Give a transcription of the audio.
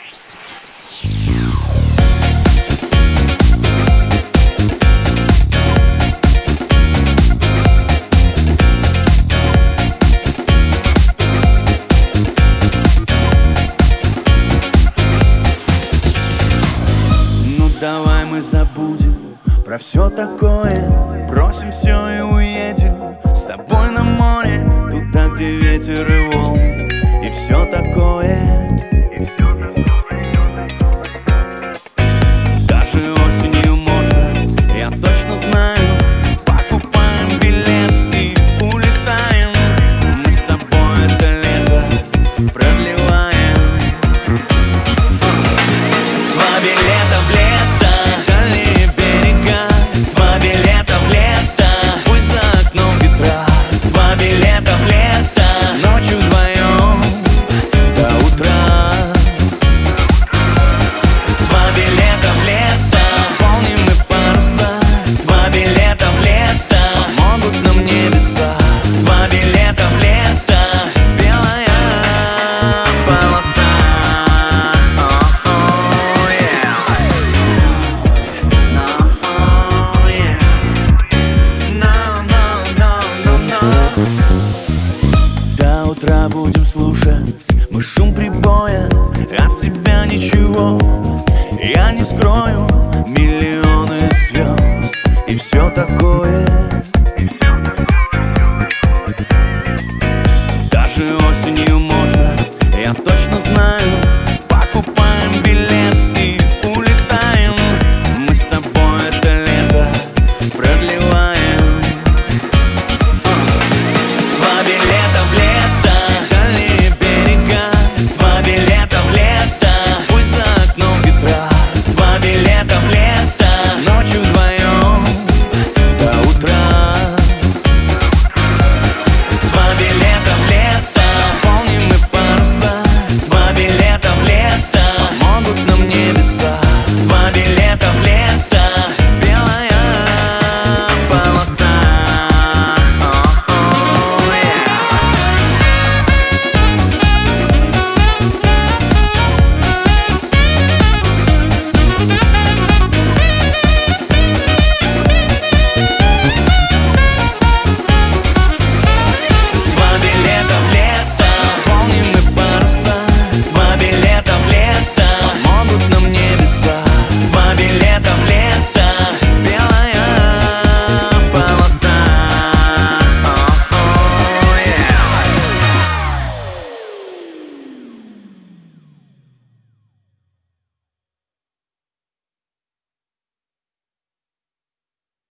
Давай мы забудем про все такое, бросим все и уедем с тобой на море, туда, где ветер и волны, и все такое. Даже осенью можно, я точно знаю. Покупаем билет и улетаем. Мы с тобой это лето продлеваем. Два билета в лето, дальние берега. Два билета в лето, пусть за окном ветра. Два билета в лето, ночью вдвоем до утра. Два билета в лето, полним мы паруса. Два билета в лето, помогут нам небеса. Два билета в лето, белая полоса. До утра будем слушать мы шум прибоя, от тебя ничего я не скрою. Миллионы звезд и все такое.